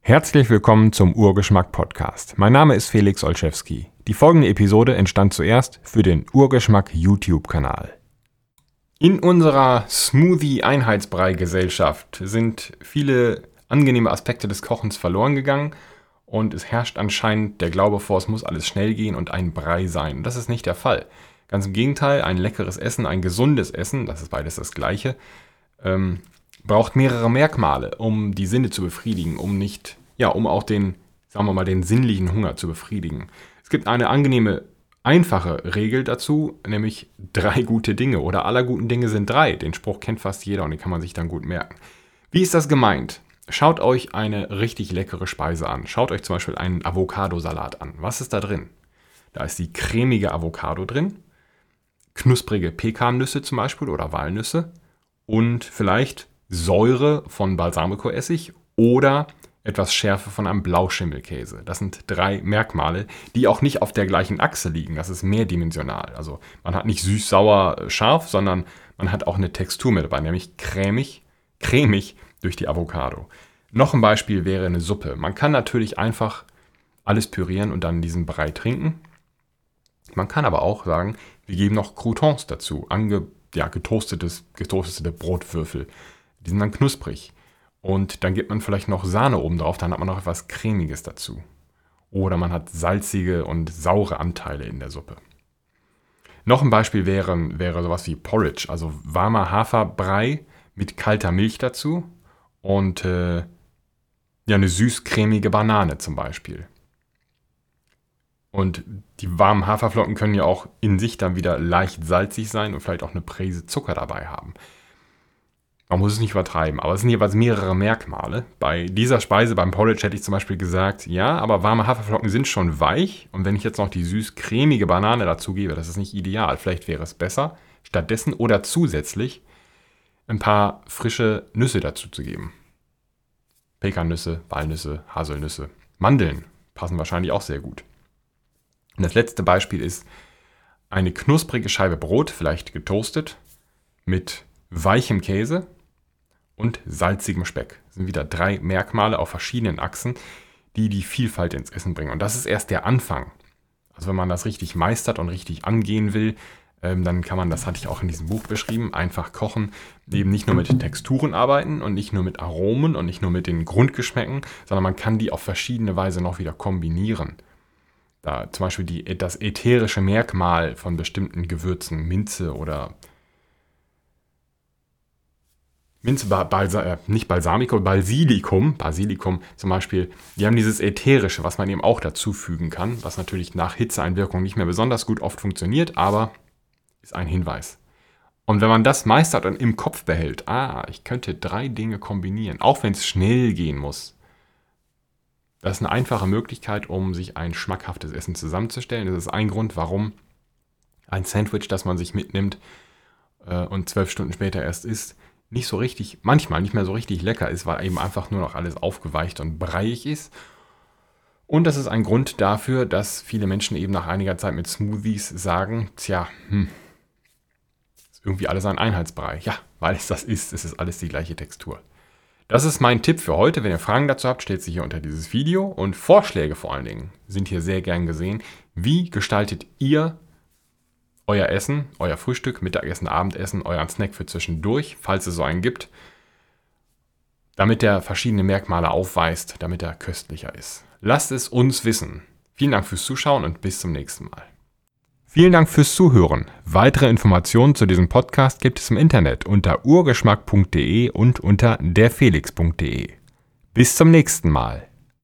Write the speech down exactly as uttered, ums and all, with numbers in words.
Herzlich willkommen zum Urgeschmack-Podcast. Mein Name ist Felix Olszewski. Die folgende Episode entstand zuerst für den Urgeschmack-YouTube-Kanal. In unserer Smoothie-Einheitsbrei-Gesellschaft sind viele angenehme Aspekte des Kochens verloren gegangen und es herrscht anscheinend der Glaube vor, es muss alles schnell gehen und ein Brei sein. Das ist nicht der Fall. Ganz im Gegenteil, ein leckeres Essen, ein gesundes Essen, das ist beides das Gleiche, ähm, braucht mehrere Merkmale, um die Sinne zu befriedigen, um nicht, ja, um auch den, sagen wir mal, den sinnlichen Hunger zu befriedigen. Es gibt eine angenehme, einfache Regel dazu, nämlich drei gute Dinge oder aller guten Dinge sind drei. Den Spruch kennt fast jeder und den kann man sich dann gut merken. Wie ist das gemeint? Schaut euch eine richtig leckere Speise an. Schaut euch zum Beispiel einen Avocadosalat an. Was ist da drin? Da ist die cremige Avocado drin, knusprige Pekannüsse zum Beispiel oder Walnüsse und vielleicht Säure von Balsamicoessig oder etwas Schärfe von einem Blauschimmelkäse. Das sind drei Merkmale, die auch nicht auf der gleichen Achse liegen. Das ist mehrdimensional. Also man hat nicht süß, sauer, scharf, sondern man hat auch eine Textur mit dabei, nämlich cremig, cremig durch die Avocado. Noch ein Beispiel wäre eine Suppe. Man kann natürlich einfach alles pürieren und dann diesen Brei trinken. Man kann aber auch sagen, wir geben noch Croutons dazu, ange, ja, getoastetes, getoastete Brotwürfel. Die sind dann knusprig. Und dann gibt man vielleicht noch Sahne oben drauf, dann hat man noch etwas Cremiges dazu. Oder man hat salzige und saure Anteile in der Suppe. Noch ein Beispiel wäre, wäre sowas wie Porridge, also warmer Haferbrei mit kalter Milch dazu und äh, ja, eine süß-cremige Banane zum Beispiel. Und die warmen Haferflocken können ja auch in sich dann wieder leicht salzig sein und vielleicht auch eine Prise Zucker dabei haben. Man muss es nicht übertreiben, aber es sind jeweils mehrere Merkmale. Bei dieser Speise, beim Porridge, hätte ich zum Beispiel gesagt, ja, aber warme Haferflocken sind schon weich und wenn ich jetzt noch die süß-cremige Banane dazu gebe, das ist nicht ideal. Vielleicht wäre es besser, stattdessen oder zusätzlich ein paar frische Nüsse dazu zu geben. Pekannüsse, Walnüsse, Haselnüsse, Mandeln passen wahrscheinlich auch sehr gut. Und das letzte Beispiel ist eine knusprige Scheibe Brot, vielleicht getoastet, mit weichem Käse und salzigem Speck. Das sind wieder drei Merkmale auf verschiedenen Achsen, die die Vielfalt ins Essen bringen. Und das ist erst der Anfang. Also wenn man das richtig meistert und richtig angehen will, ähm, dann kann man, das hatte ich auch in diesem Buch beschrieben, einfach kochen, eben nicht nur mit Texturen arbeiten und nicht nur mit Aromen und nicht nur mit den Grundgeschmäcken, sondern man kann die auf verschiedene Weise noch wieder kombinieren. Da zum Beispiel die, das ätherische Merkmal von bestimmten Gewürzen, Minze oder Minze, Balsa, äh, nicht Balsamico, Basilikum, Basilikum zum Beispiel, die haben dieses Ätherische, was man eben auch dazufügen kann, was natürlich nach Hitzeeinwirkung nicht mehr besonders gut oft funktioniert, aber ist ein Hinweis. Und wenn man das meistert und im Kopf behält, ah, ich könnte drei Dinge kombinieren, auch wenn es schnell gehen muss. Das ist eine einfache Möglichkeit, um sich ein schmackhaftes Essen zusammenzustellen. Das ist ein Grund, warum ein Sandwich, das man sich mitnimmt äh, und zwölf Stunden später erst isst, nicht so richtig, manchmal nicht mehr so richtig lecker ist, weil eben einfach nur noch alles aufgeweicht und breiig ist. Und das ist ein Grund dafür, dass viele Menschen eben nach einiger Zeit mit Smoothies sagen, tja, hm, ist irgendwie alles ein Einheitsbrei. Ja, weil es das ist, es ist alles die gleiche Textur. Das ist mein Tipp für heute. Wenn ihr Fragen dazu habt, stellt sie hier unter dieses Video. Und Vorschläge vor allen Dingen sind hier sehr gern gesehen. Wie gestaltet ihr euer Essen, euer Frühstück, Mittagessen, Abendessen, euren Snack für zwischendurch, falls es so einen gibt, damit er verschiedene Merkmale aufweist, damit er köstlicher ist. Lasst es uns wissen. Vielen Dank fürs Zuschauen und bis zum nächsten Mal. Vielen Dank fürs Zuhören. Weitere Informationen zu diesem Podcast gibt es im Internet unter urgeschmack punkt de und unter derfelix punkt de. Bis zum nächsten Mal.